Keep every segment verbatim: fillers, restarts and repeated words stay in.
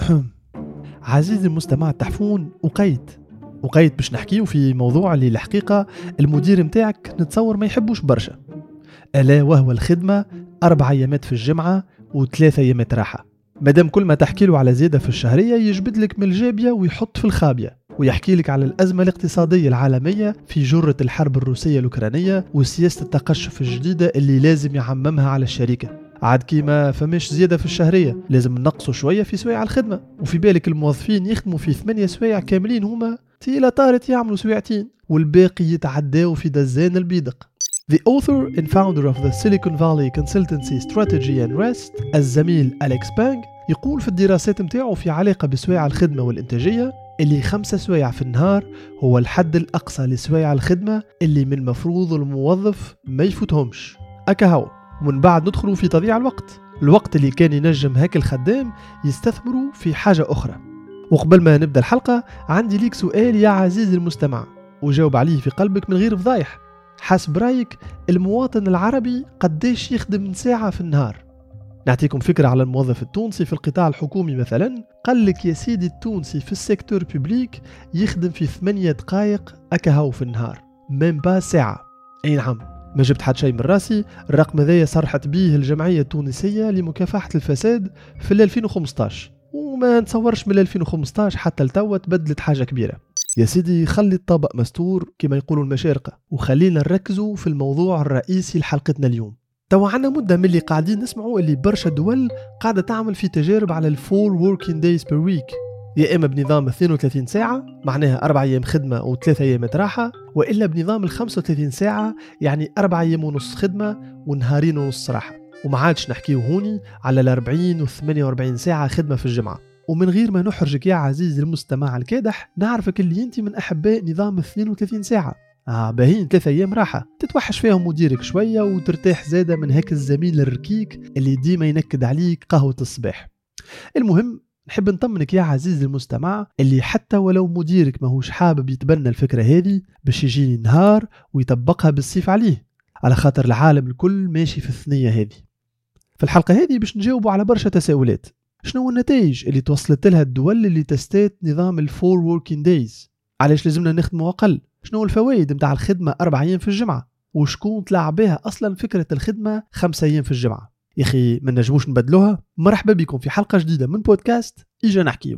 عزيزي المستمع التحفون، وقيت وقيت باش نحكيه في موضوع اللي الحقيقة المدير متاعك نتصور ما يحبوش برشا، ألا وهو الخدمة أربع أيامات في الجمعة وثلاثة أيامات راحة. مادام كل ما تحكي له على زيادة في الشهرية يجبد لك من الجابية ويحط في الخابية، ويحكي لك على الأزمة الاقتصادية العالمية في جرة الحرب الروسية الأوكرانية وسياسة التقشف الجديدة اللي لازم يعممها على الشركة. عاد كيما فماش زيادة في الشهرية لازم نقصوا شوية في سوايع الخدمة، وفي بالك الموظفين يخدموا في ثمانية سوايع كاملين هما تيلا طارت يعملوا سوايعتين والباقي يتعداوا في دزان البيدق. The author and founder of the Silicon Valley Consultancy Strategy and Rest الزميل أليكس بانغ يقول في الدراسات متاعه في علاقة بسوايع الخدمة والإنتاجية اللي خمسة سوايع في النهار هو الحد الأقصى لسوايع الخدمة اللي من المفروض الموظف ما يفوتهمش. أكهو ومن بعد ندخلوا في تضييع الوقت، الوقت اللي كان ينجم هاك الخدام يستثمروا في حاجة أخرى. وقبل ما نبدأ الحلقة عندي ليك سؤال يا عزيزي المستمع، وجاوب عليه في قلبك من غير فضايح. حسب رأيك المواطن العربي قديش يخدم من ساعة في النهار؟ نعطيكم فكرة على الموظف التونسي في القطاع الحكومي مثلا. قال لك يا سيدي التونسي في السيكتور بيبليك يخدم في ثمانية دقائق أكهو في النهار، من با ساعة. أي نعم، ما جبت حد شيء من راسي، الرقم ذا صرحت به الجمعية التونسية لمكافحة الفساد في ألفين وخمسطاش، وما نتصورش من ألفين وخمسطاش حتى لتوا تبدلت حاجة كبيرة. يا سيدي خلي الطبق مستور كما يقولوا المشارقة، وخلينا نركزوا في الموضوع الرئيسي لحلقتنا اليوم. توا عنا مدة من اللي قاعدين نسمعوا اللي برشا دول قاعدة تعمل في تجارب على الفور working days per week، يا إما بنظام اثنين وثلاثين ساعة معناها أربع أيام خدمة وثلاثة أيام راحة، وإلا بنظام الخمسة وثلاثين ساعة يعني أربع أيام ونص خدمة ونهارين ونص راحة. وما عادش نحكيه هوني على الأربعين وثمانية وأربعين ساعة خدمة في الجمعة. ومن غير ما نحرجك يا عزيزي المستمع الكادح، نعرفك اللي انت من أحباء نظام اثنين وثلاثين ساعة. آه باهين ثلاثة أيام راحة تتوحش فيهم مديرك شوية وترتاح زادة من هيك الزميل الركيك اللي ديما ينكد عليك قهوة الصباح. المهم نحب نطمنك يا عزيزي المستمع اللي حتى ولو مديرك ماهوش حابب يتبنى الفكرة هذه باش يجيني نهار ويطبقها بالسيف عليه، على خاطر العالم الكل ماشي في الثنية هذه. في الحلقة هذه باش نجاوبوا على برشا تساؤلات. شنو النتائج اللي توصلت لها الدول اللي تستات نظام الفور working days؟ علاش لازمنا نخدموا أقل؟ شنو الفوائد متاع الخدمة أربع أيام في الجمعة؟ وشكون طلع بها أصلا فكرة الخدمة خمسة أيام في الجمعة؟ يا أخي ما نجموش نبدلوها؟ مرحبا بكم في حلقة جديدة من بودكاست إجا نحكيو.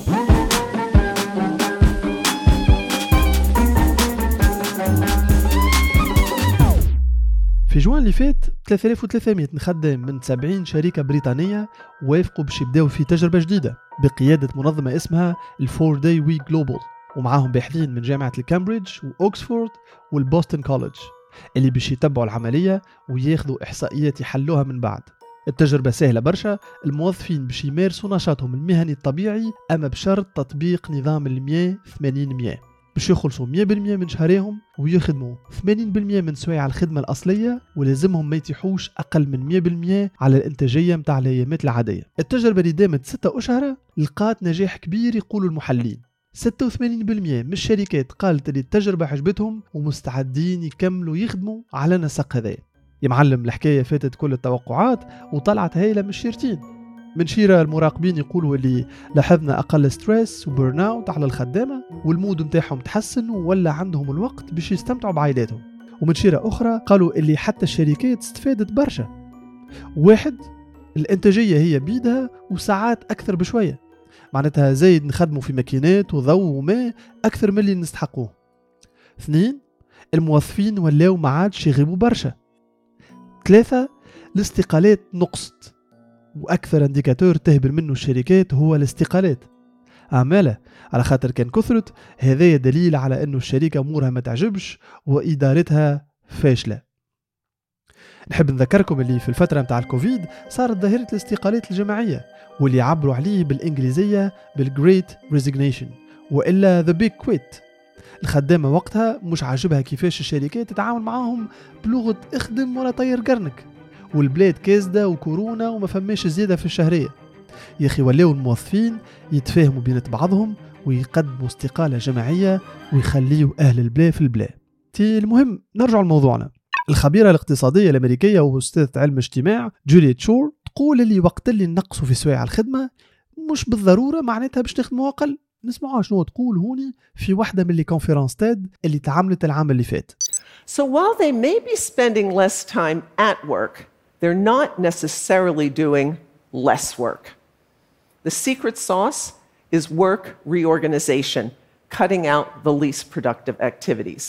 في جوان اللي فات ثلاثة آلاف وثلاثمائة مخدم من سبعين شركة بريطانية وافقوا باش يبداو في تجربة جديدة بقيادة منظمة اسمها الفور داي ويك جلوبال، ومعاهم باحثين من جامعة الكامبريدج وأوكسفورد والبوستن كوليدج اللي باش يتبعوا العملية وياخذوا إحصائيات يحلوها من بعد. التجربة سهلة برشا، الموظفين باش يمارسوا نشاطهم المهني الطبيعي أما بشرط تطبيق نظام المية ثمانين مية، باش يخلصوا مية بالمية من شهرهم ويخدموا ثمانين بالمية من سوايع الخدمة الأصلية، ولازمهم ما يتيحوش أقل من مية بالمية على الانتاجية متاع الأيامات العادية. التجربة اللي دامت ستة أشهر لقات نجاح كبير يقولوا المحللين. ستة وثمانين بالمية من الشركات قالت اللي التجربة عجبتهم ومستعدين يكملوا يخدموا على نسق هذا. يا معلم الحكاية فاتت كل التوقعات وطلعت هايلة من الشيرتين. من شيرة المراقبين يقولوا اللي لاحظنا أقل ستريس وبرن اوت على الخدامة والمود متاعهم تحسن ولا عندهم الوقت باش يستمتعوا بعائلاتهم. ومن شيرة أخرى قالوا اللي حتى الشركات استفادت برشا. واحد، الانتاجية هي بيدها وساعات أكثر بشوية، معناتها زايد نخدموا في ماكينات وضوء وماء أكثر من اللي نستحقوه. اثنين، الموظفين ولاو ما عادش يغيبوا برشا. ثلاثة، الاستقالات نقصت، وأكثر انديكاتور تهبل منه الشركات هو الاستقالات. عمالة على خاطر كان كثرت هذا دليل على أنه الشركة أمورها ما تعجبش وإدارتها فاشلة. نحب نذكركم اللي في الفترة متاع الكوفيد صارت ظاهرة الاستقالات الجماعية واللي عبروا عليه بالإنجليزية بالجريت ريزيجنيشن وإلا ذا بيج كويت. الخدامة وقتها مش عاجبها كيفاش الشركات تتعامل معاهم بلغة اخدم ولا طير قرنك، والبلاد كازدة وكورونا وما فماش زيادة في الشهرية. يا أخي ولاو الموظفين يتفاهموا بين بعضهم ويقدموا استقالة جماعية ويخليوا أهل البلا في البلا. تي المهم نرجع لموضوعنا. الخبيرة الاقتصادية الأمريكية وأستاذة علم اجتماع جوليت شور تقول اللي وقت اللي نقصوا في سوايع الخدمة مش بالضرورة معناتها باش تخدموا أقل. نسمعوا شنو تقول هوني في واحدة من لي كونفيرانس تيد اللي تعملت العام اللي فات. So while they may be spending less time at work, they're not necessarily doing less work. The secret sauce is work reorganization, cutting out the least productive activities.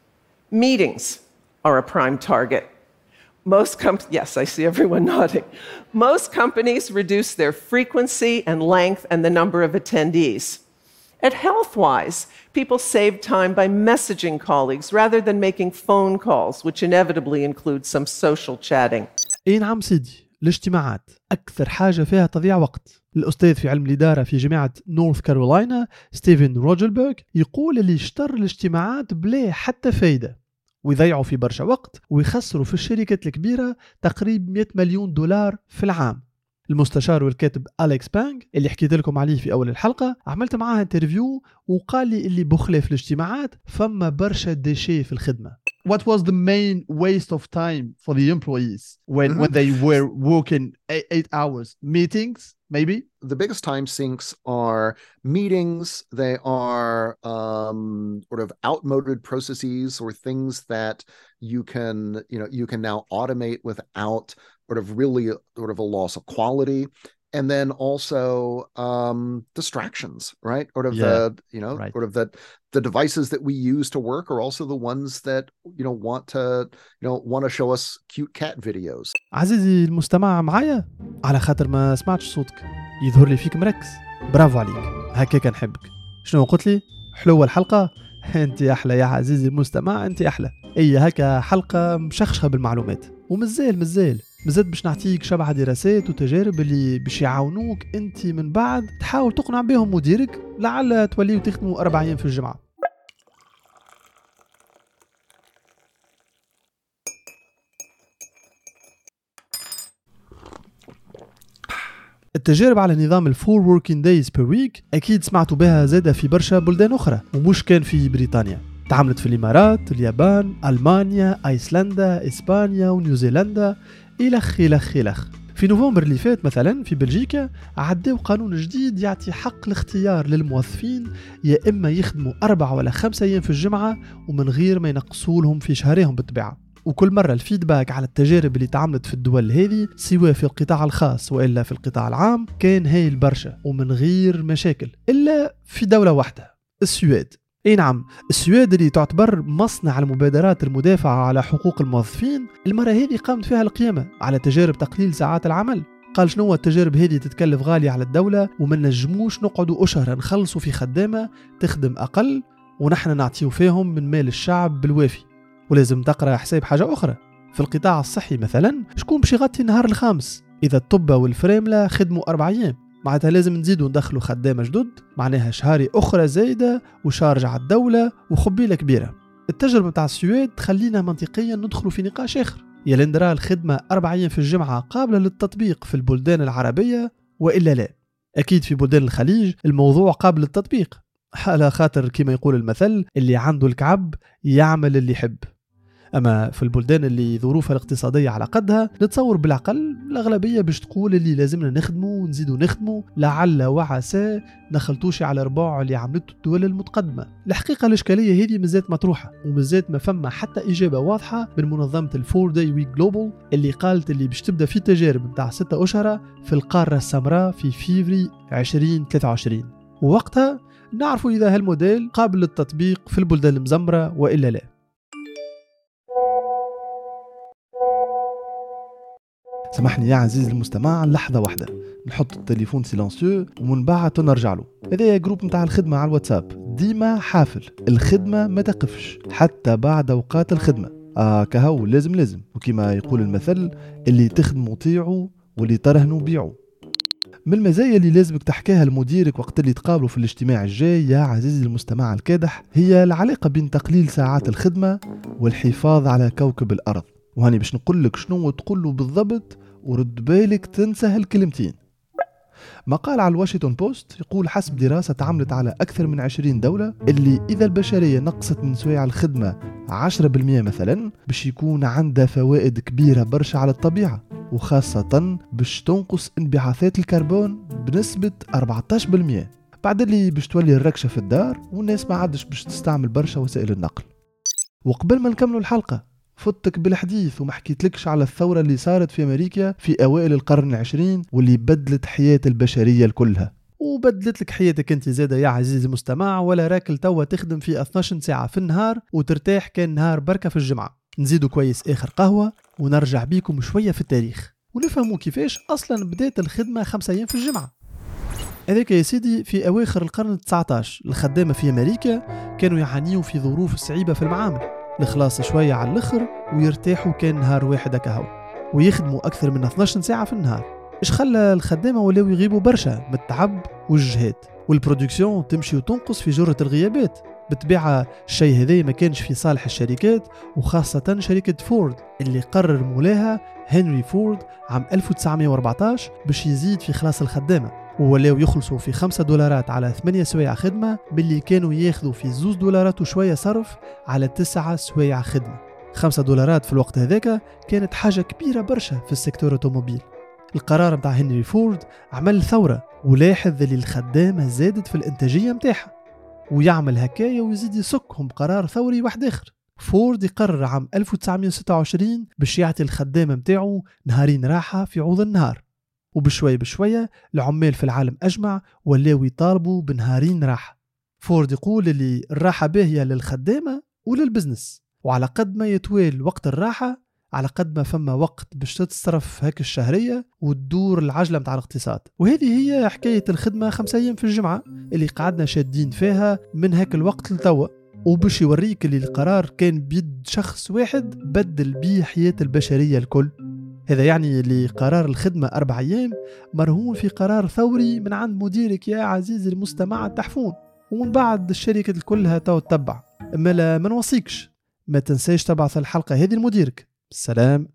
Meetings are a prime target. Most com- yes, I see everyone nodding. Most companies reduce their frequency and length and the number of attendees. At HealthWise, people save time by messaging colleagues rather than making phone calls, which inevitably include some social chatting. اي نعم سيدي، الاجتماعات أكثر حاجة فيها تضيع وقت. الأستاذ في علم الإدارة في جامعة نورث كارولاينا ستيفن روجلبرغ يقول اللي يشتر الاجتماعات بلا حتى فايدة ويضيعوا في برشا وقت ويخسروا في الشركات الكبيرة تقريبا مئة مليون دولار في العام. المستشار والكاتب أليكس بانغ اللي حكيت لكم عليه في أول الحلقة عملت معاه انترفيو وقال لي اللي بخلاف الاجتماعات فما برشا ديشي في الخدمة. What was the main waste of time for the employees when, Mm-hmm. when they were working eight, eight hours? Meetings, maybe? The biggest time sinks are meetings. They are um, sort of outmoded processes or things that you can, you know, you can now automate without sort of really sort of a loss of quality. And then also um, distractions, right? Sort of Yeah, the, you know, right. sort of the the devices that we use to work are also the ones that, you know, want to, you know, want to show us cute cat videos. عزيزي المستمع معايا، على خاطر ما سمعتش صوتك يظهر لي فيك مركز. برافو عليك، هكاك نحبك. شنو قلت لي؟ حلوة الحلقة؟ انت احلى يا عزيزي المستمع، انت احلى. اي هكا حلقة مشخشخة بالمعلومات، ومازال مازال مازال باش نعطيك شبع دراسات وتجارب اللي باش يعاونوك انت من بعد تحاول تقنع بهم مديرك لعل توليوا تخدموا أربع أيام في الجمعة. التجارب على نظام الفور working days per week أكيد سمعتوا بها زادة في برشا بلدان أخرى، ومش كان في بريطانيا. تعملت في الإمارات، اليابان، ألمانيا، أيسلندا، إسبانيا ونيوزيلندا إلخ إلخ إلخ. في نوفمبر اللي فات مثلا في بلجيكا عداو قانون جديد يعطي حق الاختيار للموظفين يا إما يخدموا أربعة ولا خمسة أيام في الجمعة ومن غير ما ينقصوا لهم في شهرهم بالطبيعة. وكل مرة الفيدباك على التجارب اللي تعملت في الدول هذه سواء في القطاع الخاص وإلا في القطاع العام كان هايل برشا ومن غير مشاكل، إلا في دولة واحدة، السويد. اي نعم، السويد اللي تعتبر مصنع المبادرات المدافعة على حقوق الموظفين، المرة هذه قامت فيها القيامة على تجارب تقليل ساعات العمل. قال شنو التجارب هذه تتكلف غالية على الدولة وما نجموش نقعدوا أشهر نخلصوا في خدامة تخدم أقل ونحن نعطيو فيهم من مال الشعب بالوافي. ولازم تقرأ حساب حاجة أخرى، في القطاع الصحي مثلا شكون باش يغطي النهار الخامس إذا الطبة والفريملة خدموا أربع أيام؟ معناتها لازم نزيدوا ندخلوا خدامة جدد، معناها شهاري أخرى زايدة وشارج على الدولة وخبيلة كبيرة. التجربة متاع السويد تخلينا منطقيا ندخلوا في نقاش آخر، يا لندرا الخدمة أربع أيام في الجمعة قابلة للتطبيق في البلدان العربية وإلا لا؟ أكيد في بلدان الخليج الموضوع قابل للتطبيق، على خاطر كما يقول المثل اللي عنده الكعب يعمل اللي يحب. أما في البلدان اللي ظروفها الاقتصادية على قدها نتصور بالعقل الأغلبية باش تقول اللي لازمنا نخدموا ونزيدوا نخدموا لعل وعسى نخلطوش على رباع اللي عملته الدول المتقدمة. الحقيقة الإشكالية هذه مازالت مطروحة ومازالت ما فما حتى إجابة واضحة من منظمة الفور داي ويك جلوبال اللي قالت اللي باش تبدأ في تجارب متاع ستة أشهر في القارة السمراء في فيفري عشرين ثلاثة وعشرين، ووقتها نعرفوا إذا هالموديل قابل للتطبيق في البلدان المزمرة وإلا لا. سامحني يا عزيزي المستمع لحظة واحدة، نحط التليفون سيلانسيو ومن بعد نرجع له. هذا جروب متاع الخدمة على الواتساب ديما حافل، الخدمة ما تقفش حتى بعد أوقات الخدمة. آه كهو لازم لازم، وكما يقول المثل اللي تخدموا طيعوا واللي ترهنوا بيعوا. من المزايا اللي لازمك تحكيها لمديرك وقت اللي تقابلوا في الاجتماع الجاي يا عزيزي المستمع الكادح هي العلاقة بين تقليل ساعات الخدمة والحفاظ على كوكب الأرض. وهاني باش نقول لك شنو تقول له بالضبط ورد بالك تنسى هالكلمتين. مقال على الواشنطن بوست يقول حسب دراسة تعملت على أكثر من عشرين دولة اللي إذا البشرية نقصت من سواع الخدمة عشرة بالمئة مثلا باش يكون عندها فوائد كبيرة برشا على الطبيعة، وخاصة باش تنقص انبعاثات الكربون بنسبة أربعة عشر بالمئة، بعد اللي باش تولي الركشة في الدار والناس ما عادش باش تستعمل برشا وسائل النقل. وقبل ما نكملوا الحلقة فتك بالحديث وما حكيتلكش على الثورة اللي صارت في أمريكا في أوائل القرن العشرين واللي بدلت حياة البشرية كلها، وبدلت لك حياتك انت زادة يا عزيزي المستمع، ولا راكل توا تخدم في اثناش ساعة في النهار وترتاح كان نهار بركة في الجمعة. نزيدوا كويس آخر قهوة ونرجع بيكم شوية في التاريخ ونفهموا كيفاش أصلا بدأت الخدمة خمسة أيام في الجمعة. هذاك يا سيدي في أواخر القرن التاسع عشر الخدامة في أمريكا كانوا يعانيوا في ظروف صعيبة في المعامل، الخلاص شوية على الآخر ويرتاحوا كان نهار واحد كهو، ويخدموا أكثر من اثناش ساعة في النهار. إيش خلى الخدامة ولاو يغيبوا برشا من التعب والجهاد، والبرودكسيون تمشي وتنقص في جرة الغيابات. بالطبيعة الشيء هذا ما كانش في صالح الشركات، وخاصة شركة فورد اللي قرر مولاها هنري فورد عام ألف وتسعمائة وأربعة عشر باش يزيد في خلاص الخدامة، وولاو يخلصوا في خمسة دولارات على ثمانية سوايع خدمة باللي كانوا ياخذوا في زوز دولارات وشوية صرف على تسعة سوايع خدمة. خمسة دولارات في الوقت هذاك كانت حاجة كبيرة برشا في السيكتور الأوتوموبيل. القرار متاع هنري فورد عمل ثورة، ولاحظ اللي الخدامة زادت في الانتاجية متاعها، ويعمل هكايا ويزيد يسكهم قرار ثوري واحد آخر. فورد يقرر عام ألف وتسعمائة وستة وعشرين باش يعطي الخدامة متاعه نهارين راحة في عوض النهار، وبشوية بشوية العمال في العالم أجمع ولاو يطالبوا بنهارين راحة. فورد يقول اللي الراحة باهية للخدامة وللبزنس، وعلى قد ما يتوال وقت الراحة على قد ما فما وقت باش تتصرف هيك الشهرية وتدور العجلة متاع الاقتصاد. وهذه هي حكاية الخدمة خمسة أيام في الجمعة اللي قعدنا شادين فيها من هيك الوقت لتوا، وباش يوريك اللي القرار كان بيد شخص واحد بدل بيه حياة البشرية الكل. هذا يعني اللي قرار الخدمة أربع أيام مرهون في قرار ثوري من عند مديرك يا عزيزي المستمع التحفون، ومن بعد الشركة كلها تو تتبع. أما لا ما نوصيكش ما تنساش تبعث الحلقة هذه لمديرك. السلام.